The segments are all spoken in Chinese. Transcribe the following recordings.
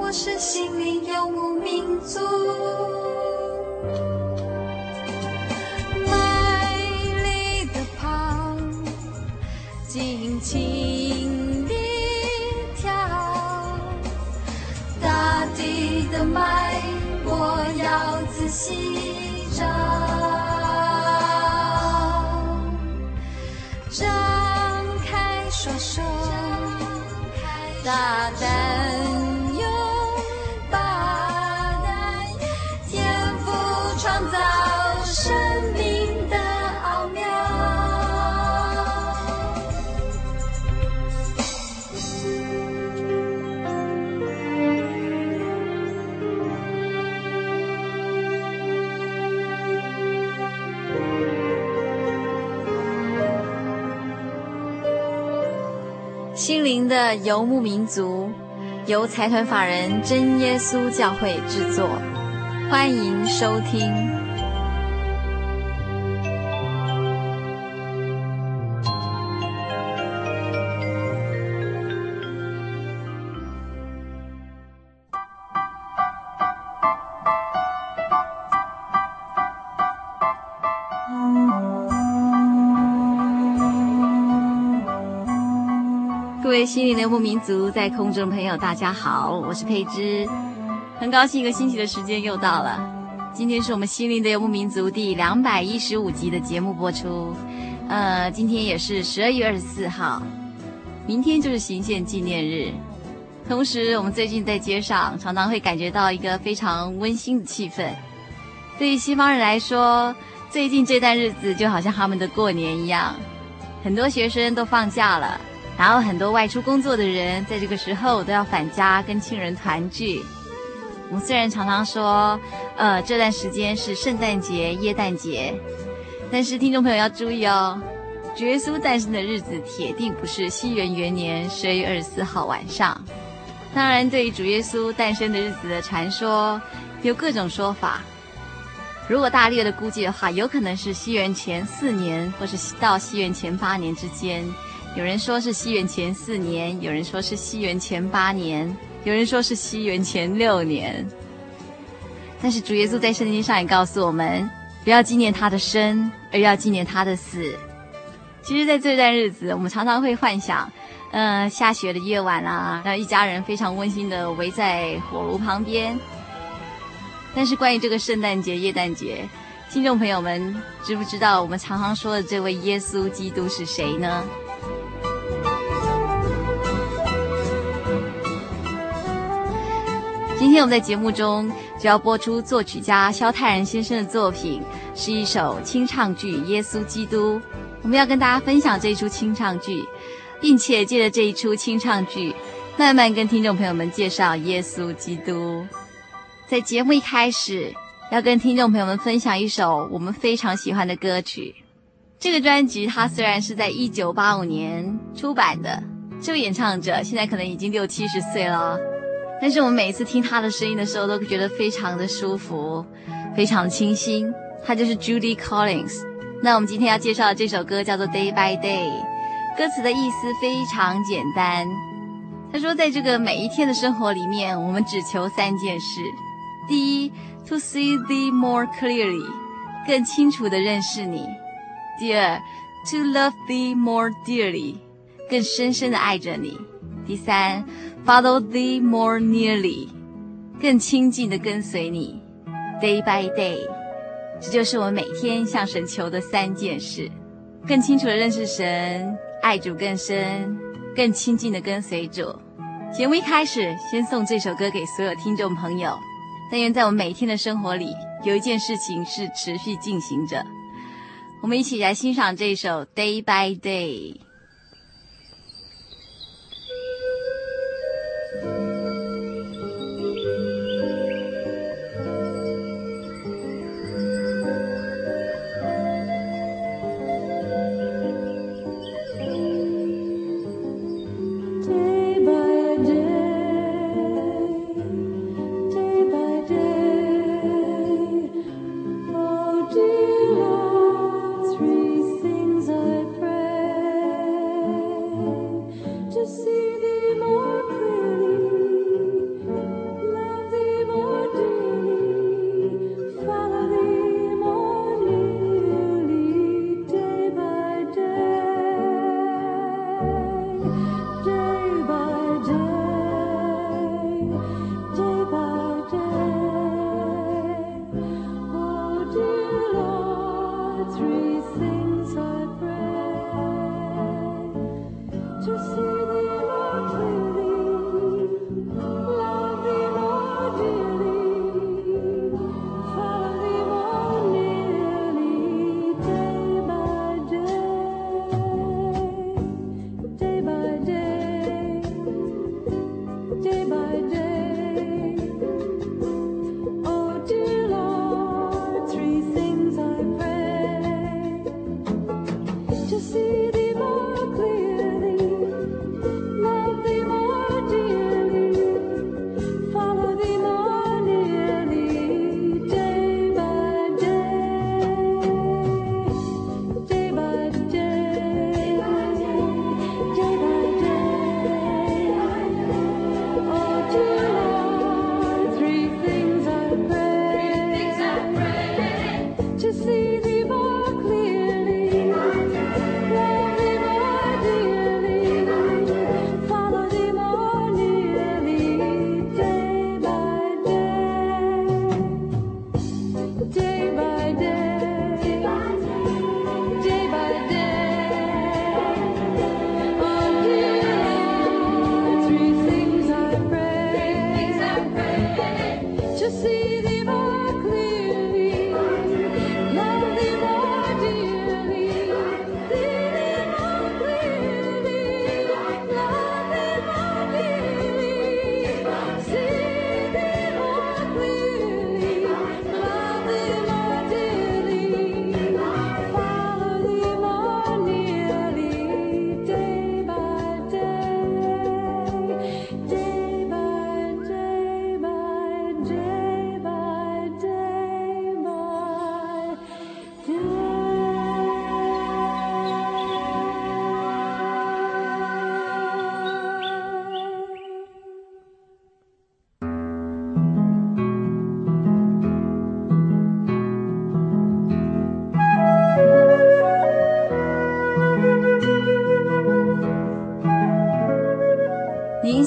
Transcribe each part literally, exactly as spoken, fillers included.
我是心灵游牧民族。美丽的跑，尽情地跳，大地的脉我要仔细找，张开双手，大胆拥抱，天赋创造生命的奥妙。心灵的游牧民族，由财团法人真耶稣教会制作，欢迎收听。各位心灵的游牧民族，在空中的朋友大家好，我是佩芝，很高兴一个星期的时间又到了。今天是我们心灵的游牧民族第两百一十五集的节目播出，呃，今天也是十二月二十四号，明天就是行宪纪念日。同时我们最近在街上常常会感觉到一个非常温馨的气氛，对于西方人来说，最近这段日子就好像他们的过年一样，很多学生都放假了，然后很多外出工作的人在这个时候都要返家跟亲人团聚。我们虽然常常说呃，这段时间是圣诞节耶诞节，但是听众朋友要注意哦，主耶稣诞生的日子铁定不是西元元年十二月二十四号晚上。当然对于主耶稣诞生的日子的传说有各种说法，如果大略的估计的话，有可能是西元前四年或是到西元前八年之间，有人说是西元前四年，有人说是西元前八年，有人说是西元前六年。但是主耶稣在圣经上也告诉我们，不要纪念他的生，而要纪念他的死。其实在这段日子，我们常常会幻想呃，下雪的夜晚啊，然后一家人非常温馨的围在火炉旁边。但是关于这个圣诞节耶诞节，听众朋友们知不知道我们常常说的这位耶稣基督是谁呢？今天我们在节目中就要播出作曲家萧泰然先生的作品，是一首清唱剧《耶稣基督》。我们要跟大家分享这一出清唱剧，并且借着这一出清唱剧，慢慢跟听众朋友们介绍耶稣基督。在节目一开始，要跟听众朋友们分享一首我们非常喜欢的歌曲。这个专辑它虽然是在一九八五年出版的，这位演唱者现在可能已经六七十岁了，但是我们每一次听他的声音的时候，都觉得非常的舒服，非常的清新。他就是 Judy Collins。 那我们今天要介绍的这首歌叫做 Day by Day， 歌词的意思非常简单。他说在这个每一天的生活里面，我们只求三件事。第一， To see thee more clearly， 更清楚地认识你。第二， To love thee more dearly， 更深深地爱着你。第三， Follow thee more nearly， 更亲近地跟随你。 Day by day， 这就是我们每天向神求的三件事，更清楚地认识神，爱主更深，更亲近地跟随主。节目一开始先送这首歌给所有听众朋友，但愿在我们每一天的生活里，有一件事情是持续进行着。我们一起来欣赏这一首 Day by Day。 Three things I pray.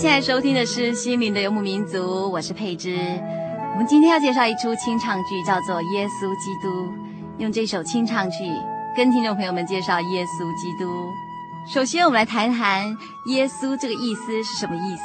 现在收听的是心灵的游牧民族，我是佩芝。我们今天要介绍一出清唱剧，叫做《耶稣基督》。用这首清唱剧跟听众朋友们介绍耶稣基督。首先我们来谈谈耶稣这个意思是什么意思。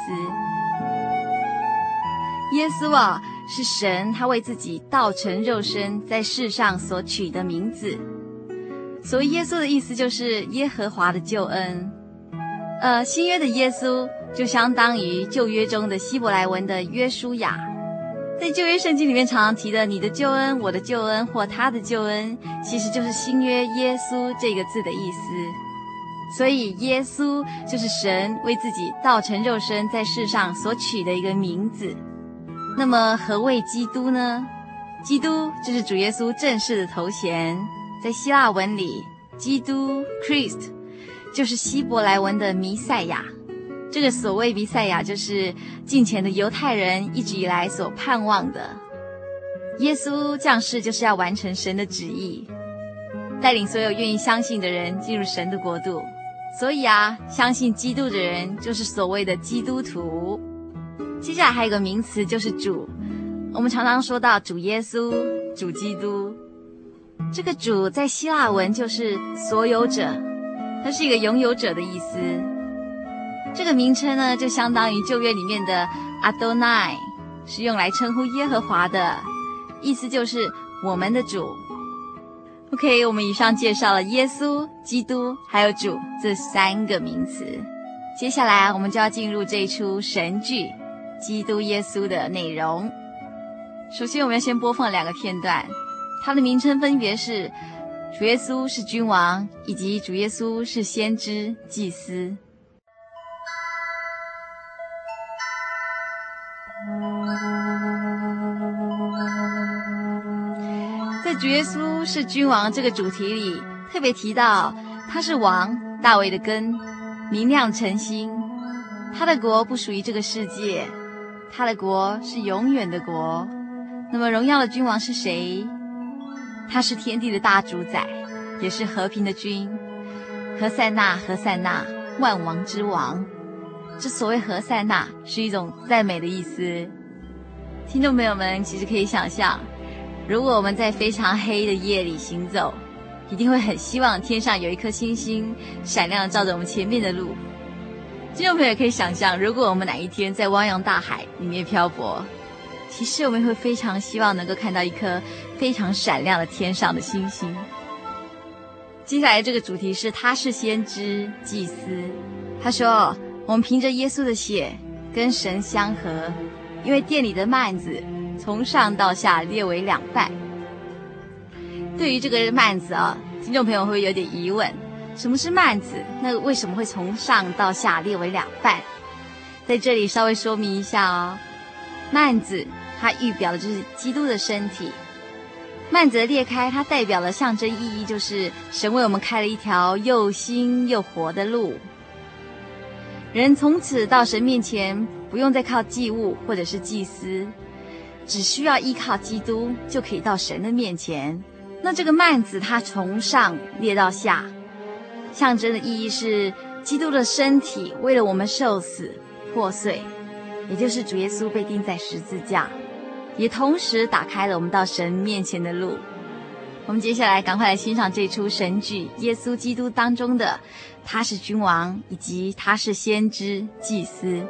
耶稣啊，是神他为自己道成肉身在世上所取的名字。所谓耶稣的意思就是耶和华的救恩。呃，新约的耶稣就相当于旧约中的希伯来文的约书亚。在旧约圣经里面常常提的你的救恩、我的救恩或他的救恩，其实就是新约耶稣这个字的意思。所以耶稣就是神为自己道成肉身在世上所取的一个名字。那么何谓基督呢？基督就是主耶稣正式的头衔。在希腊文里，基督 Christ 就是希伯来文的弥赛亚。这个所谓弥赛亚，就是近前的犹太人一直以来所盼望的。耶稣降世就是要完成神的旨意，带领所有愿意相信的人进入神的国度。所以啊，相信基督的人就是所谓的基督徒。接下来还有一个名词，就是主。我们常常说到主耶稣、主基督。这个主在希腊文就是所有者，它是一个拥有者的意思。这个名称呢，就相当于旧约里面的 Adonai， 是用来称呼耶和华的，意思就是我们的主。OK， 我们以上介绍了耶稣、基督还有主这三个名词。接下来我们就要进入这一出神剧基督耶稣的内容。首先我们要先播放两个片段，它的名称分别是主耶稣是君王，以及主耶稣是先知、祭司。在主耶稣是君王这个主题里，特别提到他是王，大卫的根，明亮晨星。他的国不属于这个世界，他的国是永远的国。那么荣耀的君王是谁？他是天地的大主宰，也是和平的君。何塞纳，何塞纳，万王之王。这所谓何塞纳是一种赞美的意思。听众朋友们其实可以想象，如果我们在非常黑的夜里行走，一定会很希望天上有一颗星星闪亮地照着我们前面的路。听众朋友可以想象，如果我们哪一天在汪洋大海里面漂泊，其实我们会非常希望能够看到一颗非常闪亮的天上的星星。接下来这个主题是他是先知、祭司。他说我们凭着耶稣的血跟神相合，因为殿里的幔子从上到下裂为两半。对于这个幔子啊，听众朋友会有点疑问，什么是幔子？那为什么会从上到下裂为两半？在这里稍微说明一下哦。幔子它预表的就是基督的身体，幔子的裂开它代表的象征意义就是神为我们开了一条又新又活的路。人从此到神面前不用再靠祭物或者是祭司，只需要依靠基督就可以到神的面前。那这个幔子它从上裂到下，象征的意义是基督的身体为了我们受死破碎，也就是主耶稣被钉在十字架，也同时打开了我们到神面前的路。我们接下来赶快来欣赏这出神剧耶稣基督当中的他是君王，以及他是先知、祭司。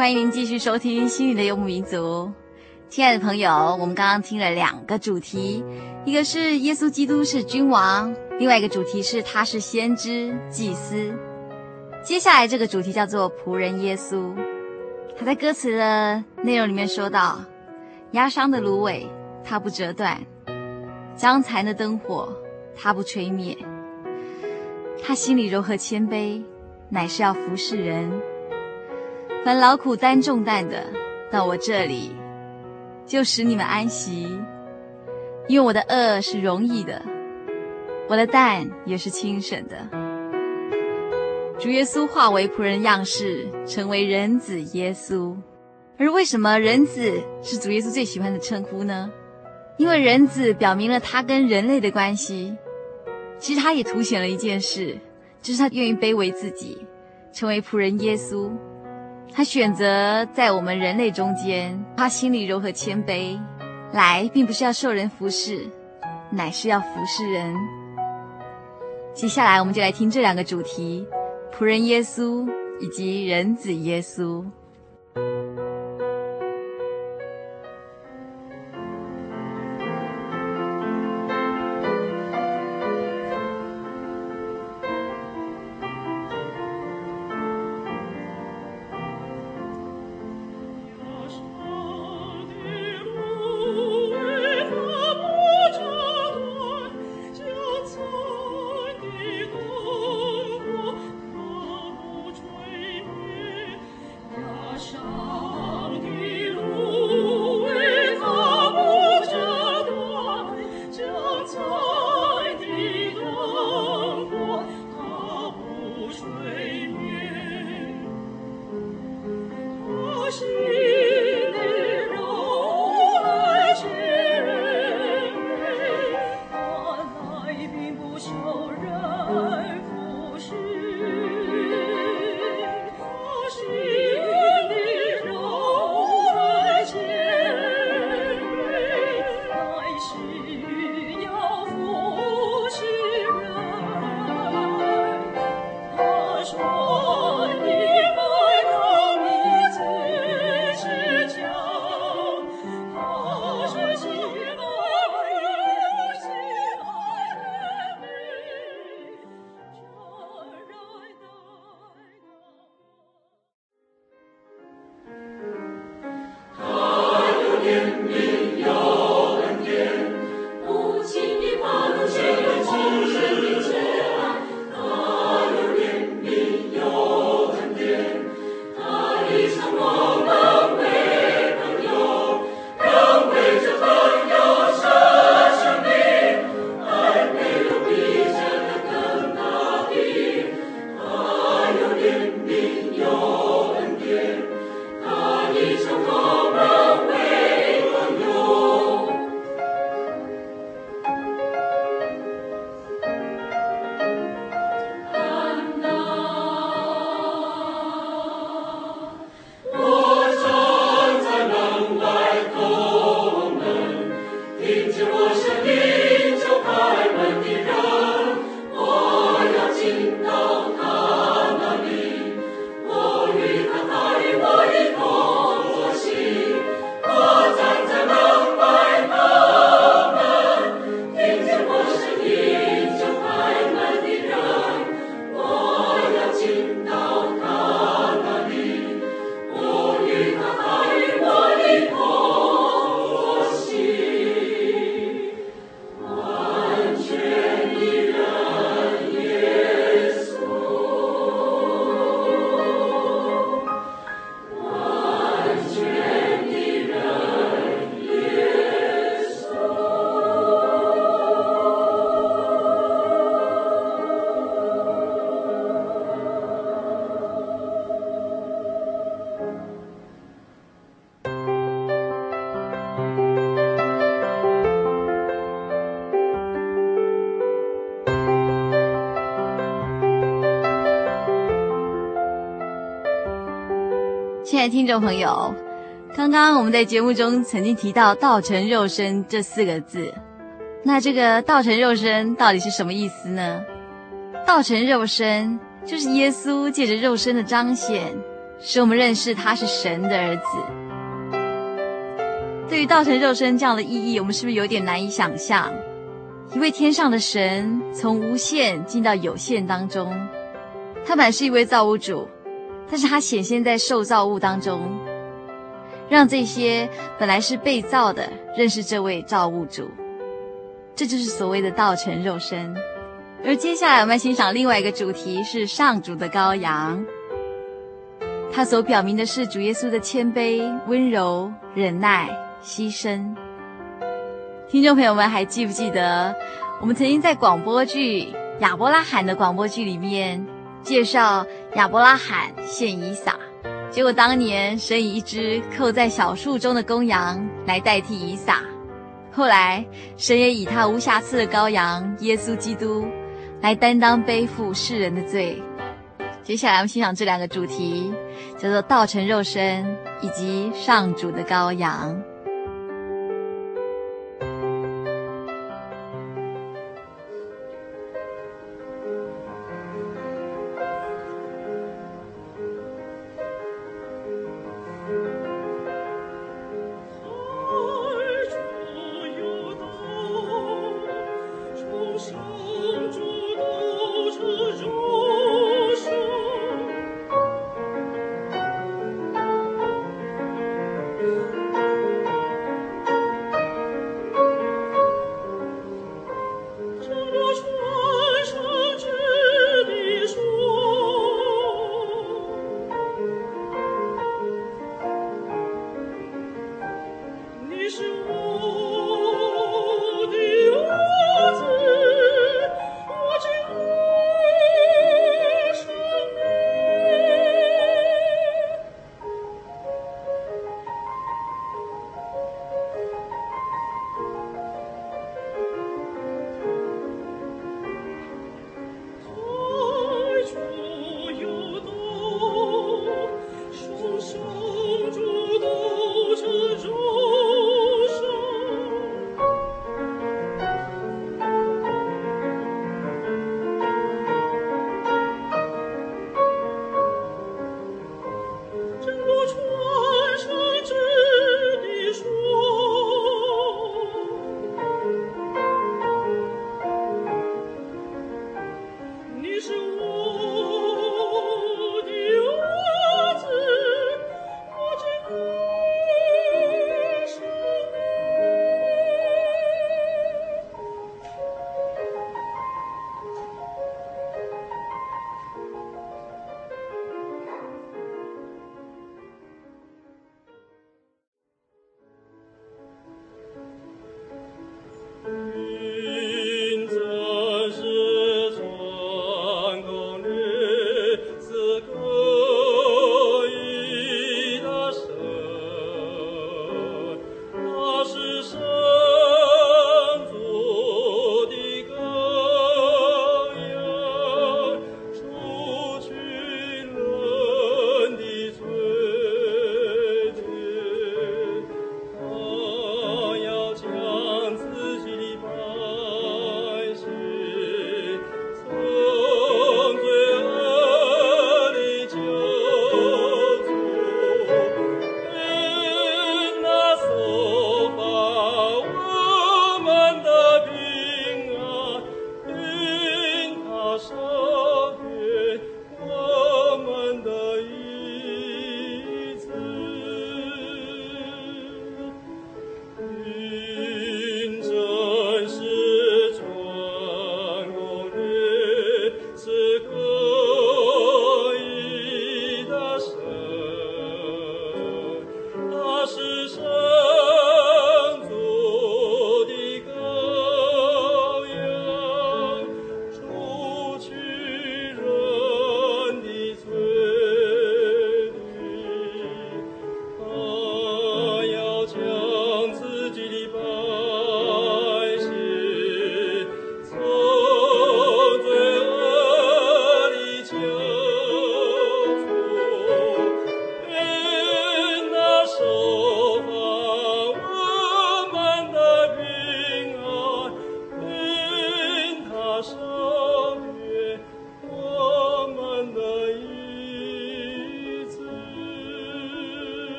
欢迎您继续收听心灵的游牧民族。亲爱的朋友，我们刚刚听了两个主题，一个是耶稣基督是君王，另外一个主题是他是先知祭司。接下来这个主题叫做仆人耶稣。他在歌词的内容里面说到，压伤的芦苇他不折断，将残的灯火他不吹灭，他心里柔和谦卑，乃是要服侍人。凡劳苦担重担的到我这里，就使你们安息，因为我的轭是容易的，我的担也是轻省的。主耶稣化为仆人样式，成为人子耶稣。而为什么人子是主耶稣最喜欢的称呼呢？因为人子表明了他跟人类的关系，其实他也凸显了一件事，就是他愿意卑微自己，成为仆人耶稣。他选择在我们人类中间，他心里柔和谦卑，来并不是要受人服侍，乃是要服侍人。接下来我们就来听这两个主题，仆人耶稣以及人子耶稣。亲爱的听众朋友，刚刚我们在节目中曾经提到道成肉身这四个字，那这个道成肉身到底是什么意思呢？道成肉身就是耶稣借着肉身的彰显， 使我们认识他是神的儿子。对于道成肉身这样的意义，我们是不是有点难以想象？一位天上的神从无限进到有限当中，他本来是一位造物主，但是他显现在受造物当中，让这些本来是被造的认识这位造物主，这就是所谓的道成肉身。而接下来我们要欣赏另外一个主题，是上主的羔羊。它所表明的是主耶稣的谦卑、温柔、忍耐、牺牲。听众朋友们还记不记得，我们曾经在广播剧亚伯拉罕的广播剧里面介绍亚伯拉罕献以撒，结果当年神以一只扣在小树中的公羊来代替以撒，后来神也以他无瑕疵的羔羊耶稣基督来担当背负世人的罪。接下来我们欣赏这两个主题，叫做道成肉身以及上主的羔羊。 Thank you.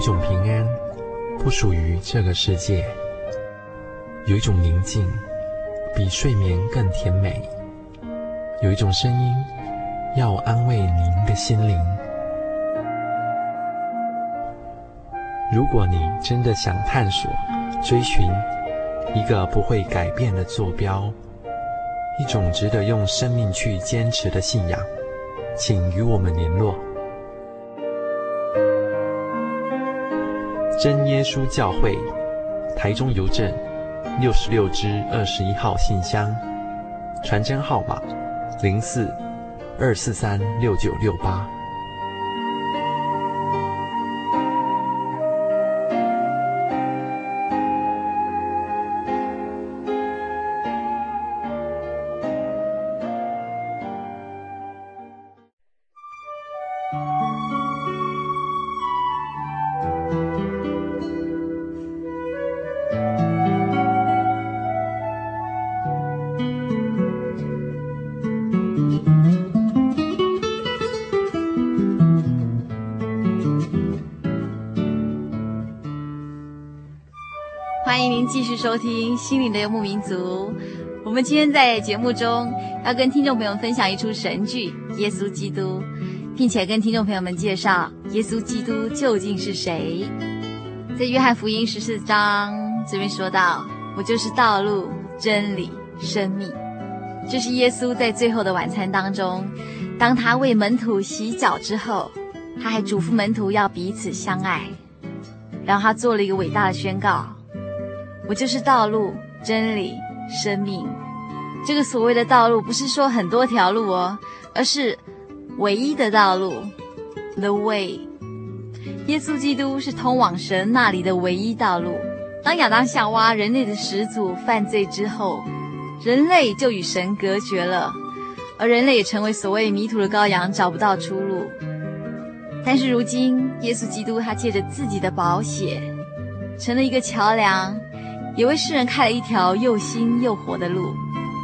种平安不属于这个世界，有一种宁静比睡眠更甜美，有一种声音要安慰您的心灵。如果你真的想探索追寻一个不会改变的坐标，一种值得用生命去坚持的信仰，请与我们联络。真耶稣教会，台中邮政六十六支二十一号信箱，传真号码零四二四三六九六八。 欢迎您继续收听《心灵的游牧民族》。我们今天在节目中要跟听众朋友们分享一出神剧《耶稣基督》，并且跟听众朋友们介绍耶稣基督究竟是谁。在约翰福音十四章这边说到：“我就是道路、真理、生命。”这是耶稣在最后的晚餐当中，当他为门徒洗脚之后，他还嘱咐门徒要彼此相爱，然后他做了一个伟大的宣告：我就是道路、真理、生命。这个所谓的道路不是说很多条路哦，而是唯一的道路 The Way。 耶稣基督是通往神那里的唯一道路。当亚当夏娃人类的始祖犯罪之后，人类就与神隔绝了，而人类也成为所谓迷途的羔羊，找不到出路。但是如今耶稣基督他借着自己的宝血成了一个桥梁，也为世人开了一条又新又活的路。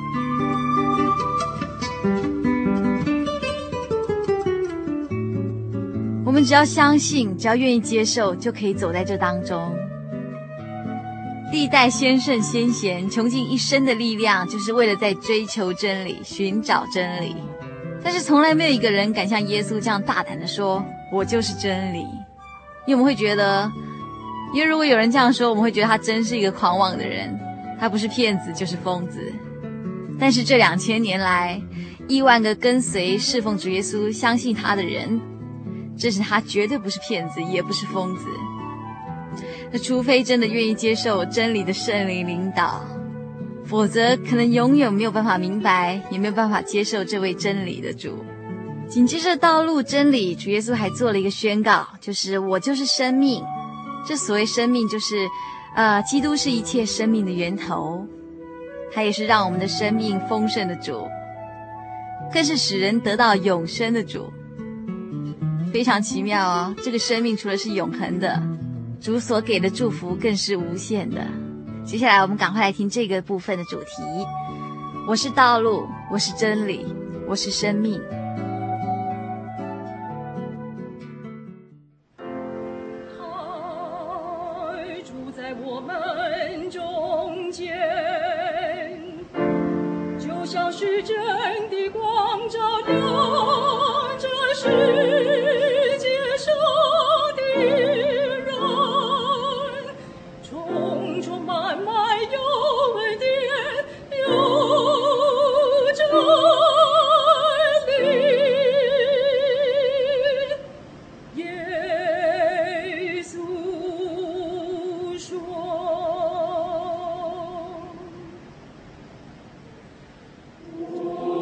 我们只要相信，只要愿意接受，就可以走在这当中。历代先圣先贤穷尽一生的力量，就是为了在追求真理，寻找真理。但是从来没有一个人敢像耶稣这样大胆地说：我就是真理。因为我们会觉得，因为如果有人这样说，我们会觉得他真是一个狂妄的人，他不是骗子就是疯子。但是这两千年来，亿万个跟随侍奉主耶稣相信他的人，这是他绝对不是骗子，也不是疯子。那除非真的愿意接受真理的圣灵领导，否则可能永远没有办法明白，也没有办法接受这位真理的主。紧接着道路真理，主耶稣还做了一个宣告，就是我就是生命。这所谓生命，就是呃，基督是一切生命的源头，他也是让我们的生命丰盛的主，更是使人得到永生的主。非常奇妙哦，这个生命除了是永恒的，主所给的祝福更是无限的。接下来我们赶快来听这个部分的主题：我是道路，我是真理，我是生命。 我们中间，就像是真的光照亮这世界上的人，充充满满有恩典，有真理。耶稣说。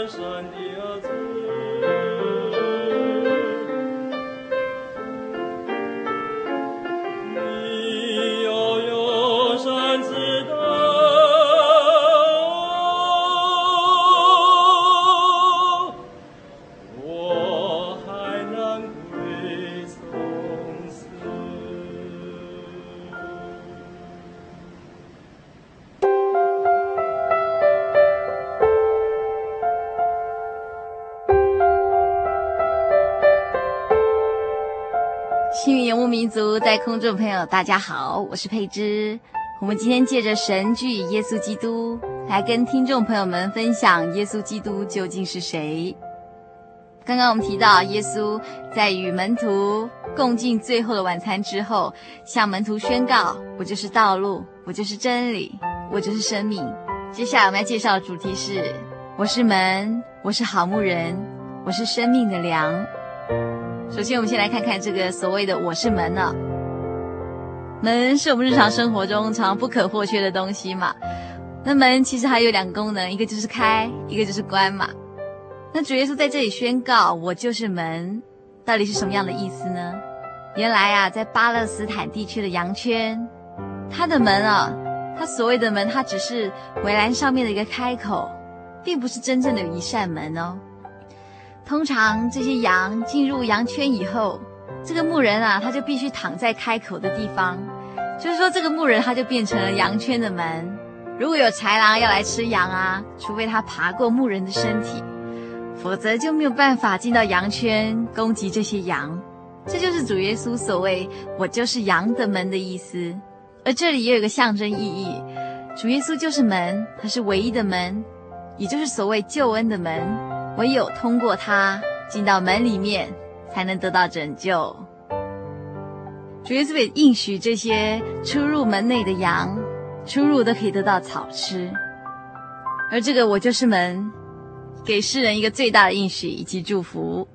幸运游牧民族在空中朋友大家好，我是佩芝。我们今天借着神剧耶稣基督来跟听众朋友们分享耶稣基督究竟是谁。刚刚我们提到耶稣在与门徒共进最后的晚餐之后，向门徒宣告，我就是道路，我就是真理，我就是生命。接下来我们要介绍的主题是，我是门，我是好牧人，我是生命的粮。首先我们先来看看这个所谓的我是门呢。门是我们日常生活中常不可或缺的东西嘛。那门其实还有两个功能，一个就是开，一个就是关嘛。那主耶稣在这里宣告我就是门，到底是什么样的意思呢？原来啊，在巴勒斯坦地区的羊圈，它的门啊，它所谓的门，它只是围栏上面的一个开口，并不是真正的有一扇门哦。通常这些羊进入羊圈以后，这个牧人啊，他就必须躺在开口的地方，就是说这个牧人他就变成了羊圈的门。如果有豺狼要来吃羊啊，除非他爬过牧人的身体，否则就没有办法进到羊圈攻击这些羊。这就是主耶稣所谓我就是羊的门的意思。而这里也有一个象征意义，主耶稣就是门，他是唯一的门，也就是所谓救恩的门，唯有通过他进到门里面才能得到拯救。主耶稣也应许这些出入门内的羊，出入都可以得到草吃。而这个我就是门，给世人一个最大的应许以及祝福。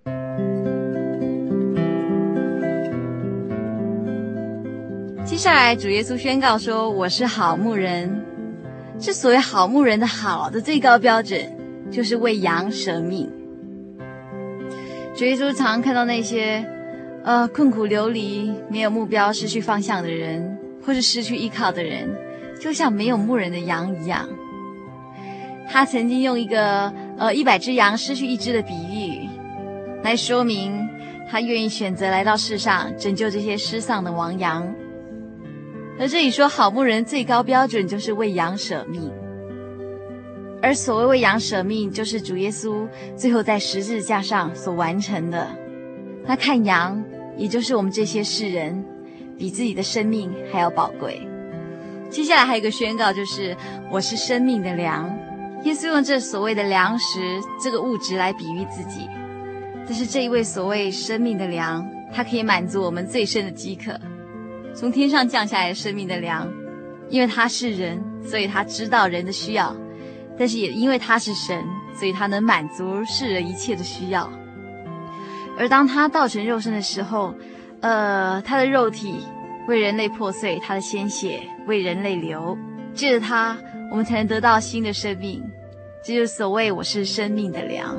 接下来主耶稣宣告说，我是好牧人。这所谓好牧人的好的最高标准，就是为羊舍命。主耶稣常常看到那些呃困苦流离、没有目标、失去方向的人，或是失去依靠的人，就像没有牧人的羊一样。他曾经用一个呃一百只羊失去一只的比喻，来说明他愿意选择来到世上拯救这些失丧的亡羊。而这里说好牧人最高标准就是为羊舍命，而所谓为羊舍命，就是主耶稣最后在十字架上所完成的。他看羊，也就是我们这些世人，比自己的生命还要宝贵。接下来还有一个宣告，就是我是生命的粮。耶稣用这所谓的粮食这个物质来比喻自己，但是这一位所谓生命的粮，它可以满足我们最深的饥渴，从天上降下来的生命的粮。因为他是人，所以他知道人的需要，但是也因为他是神，所以他能满足世人一切的需要。而当他道成肉身的时候，呃，他的肉体为人类破碎，他的鲜血为人类流，借着他我们才能得到新的生命。这就是所谓我是生命的粮。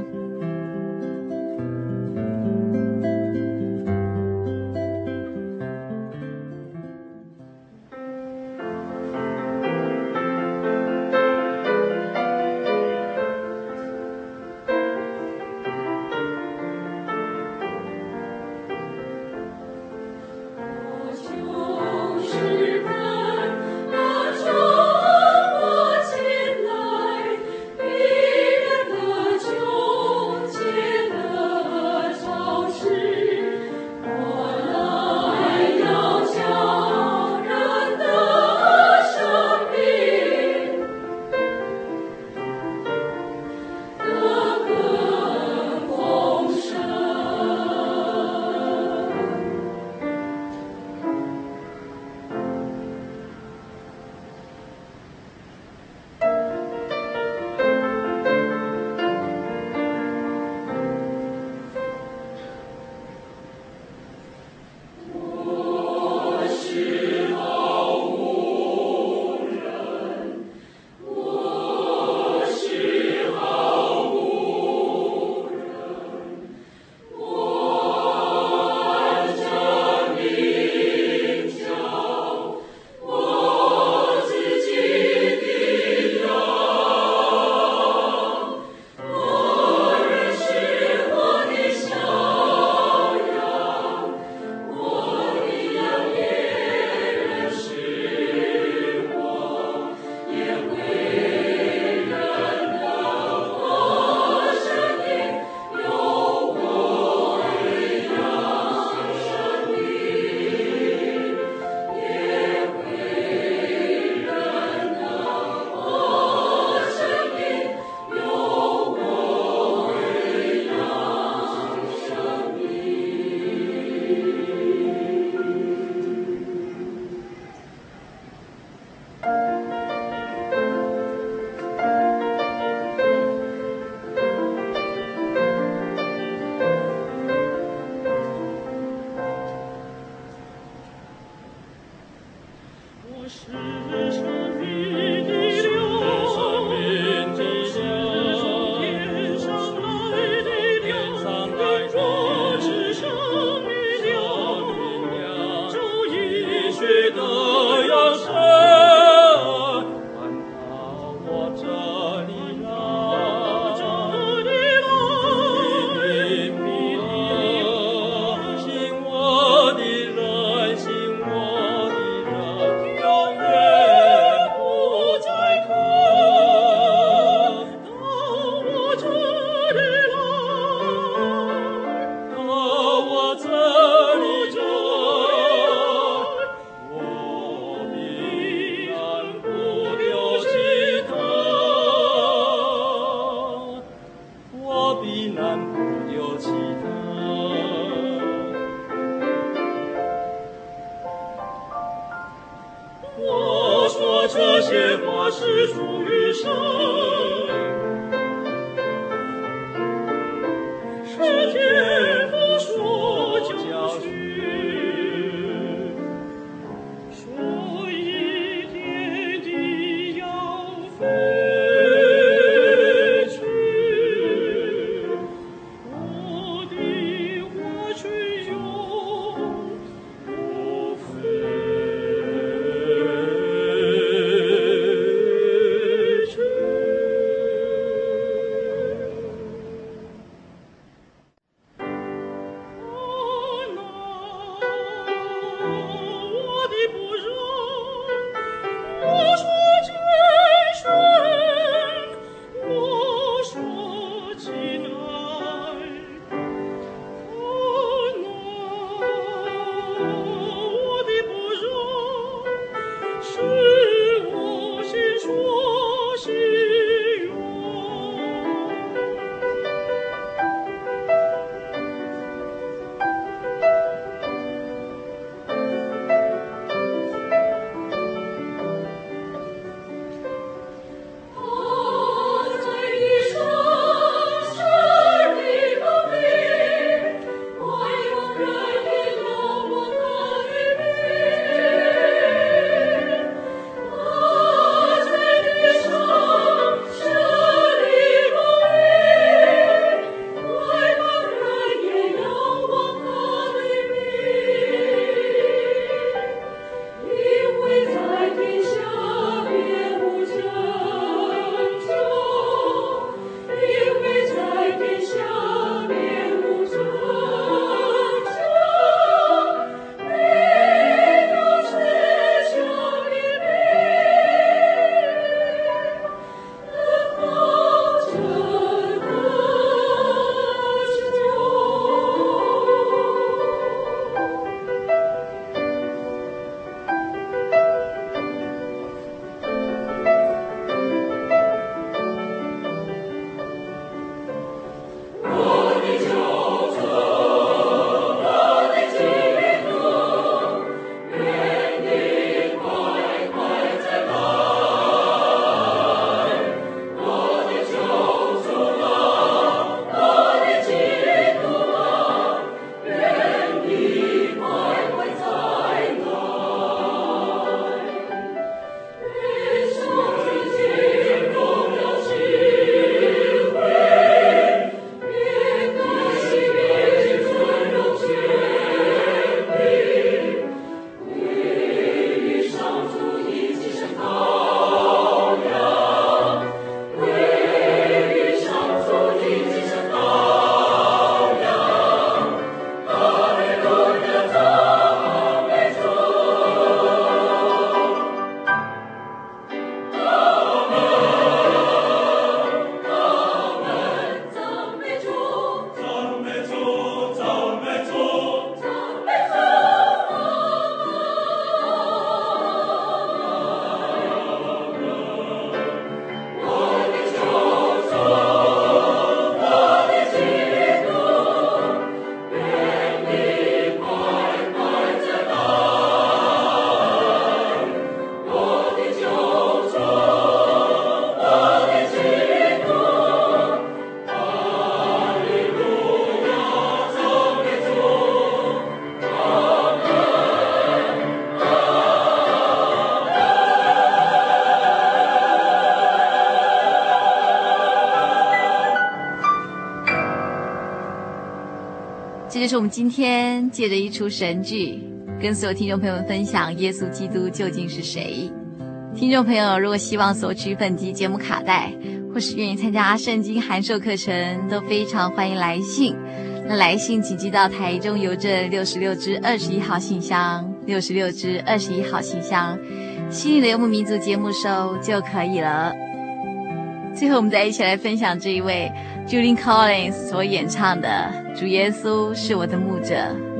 我这就是我们今天借着一出神剧，跟所有听众朋友们分享耶稣基督究竟是谁。 听众朋友如果希望索取本集节目卡带，或是愿意参加圣经函授课程，都非常欢迎来信。那来信请寄到台中邮政六十六支二十一号信箱，六十六支二十一号信箱，心灵的游牧民族节目收就可以了。最后我们再一起来分享这一位 Julian Collins 所演唱的《主耶稣是我的牧者》。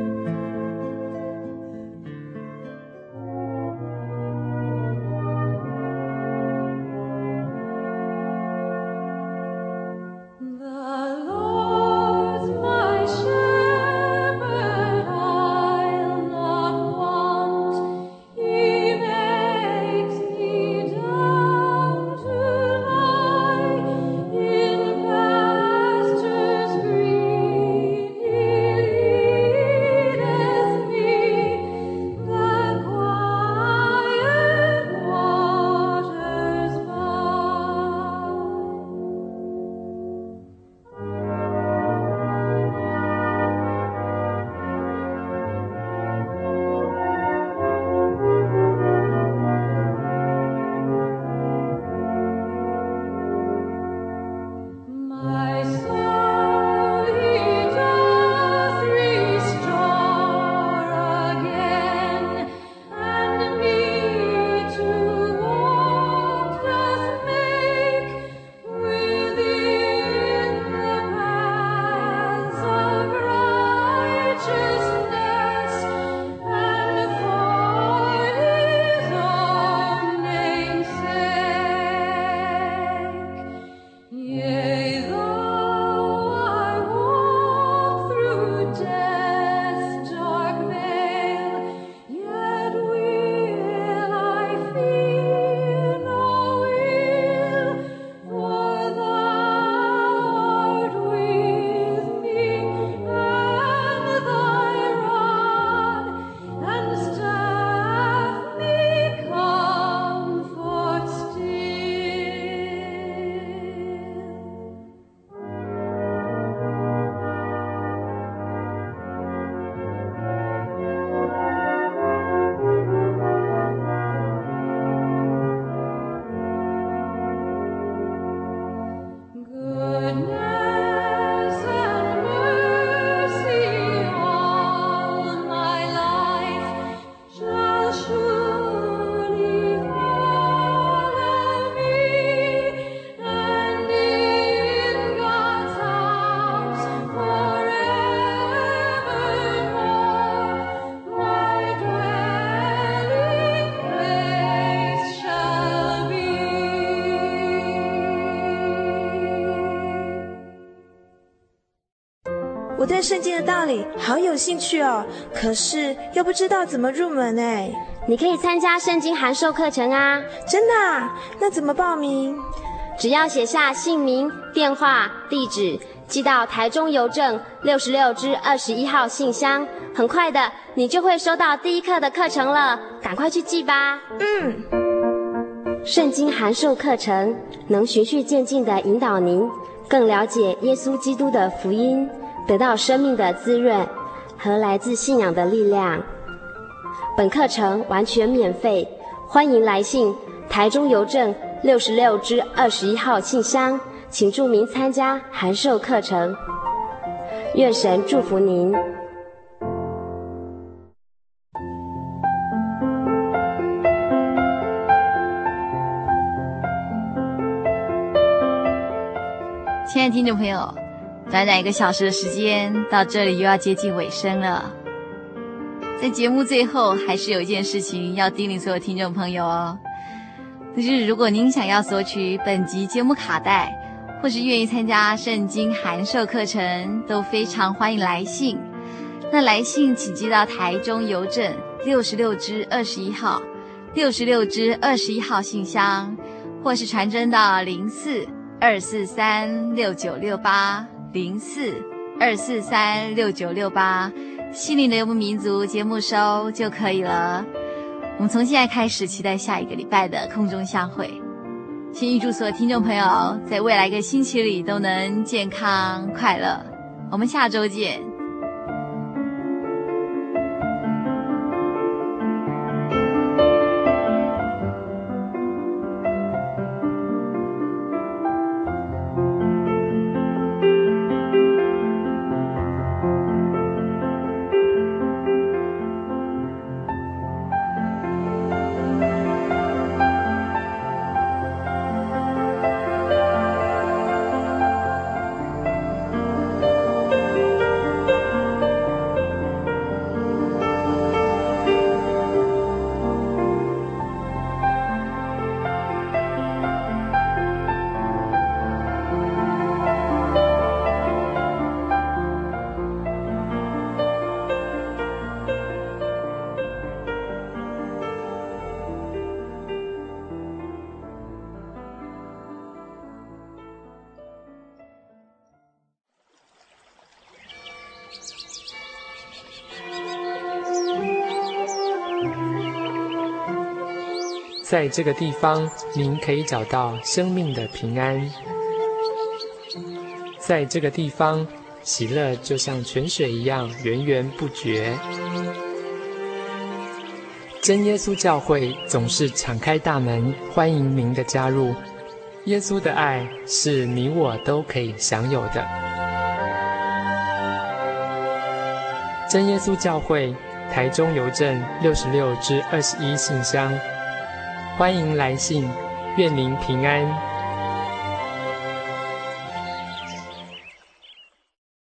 我对圣经的道理好有兴趣哦，可是又不知道怎么入门哎。 你可以参加圣经函授课程啊。 真的啊？那怎么报名？ 只要写下姓名、电话、地址，寄到台中邮政六十六支二十一号信箱，很快的你就会收到第一课的课程了，赶快去寄吧。 嗯。 圣经函授课程能循序渐进地引导您更了解耶稣基督的福音，得到生命的滋润和来自信仰的力量。本课程完全免费，欢迎来信台中邮政六十六支二十一号信箱，请注明参加函授课程。愿神祝福您。 亲爱的听众朋友，短短一个小时的时间，到这里又要接近尾声了。在节目最后，还是有一件事情要叮咛所有听众朋友哦，那就是如果您想要索取本集节目卡带，或是愿意参加圣经函授课程，都非常欢迎来信。那来信请寄到台中邮政六十六支二十一号，六十六支二十一号信箱，或是传真到零四二四三六九六八零四二四三六九六八，心灵的游牧民族节目收就可以了。我们从现在开始期待下一个礼拜的空中相会。先预祝所有听众朋友在未来一个星期里都能健康快乐。我们下周见。 在这个地方，您可以找到生命的平安。在这个地方，喜乐就像泉水一样源源不绝。真耶稣教会总是敞开大门，欢迎您的加入。耶稣的爱是你我都可以享有的。真耶稣教会台中邮政六十六至二十一信箱，欢迎来信，愿您平安。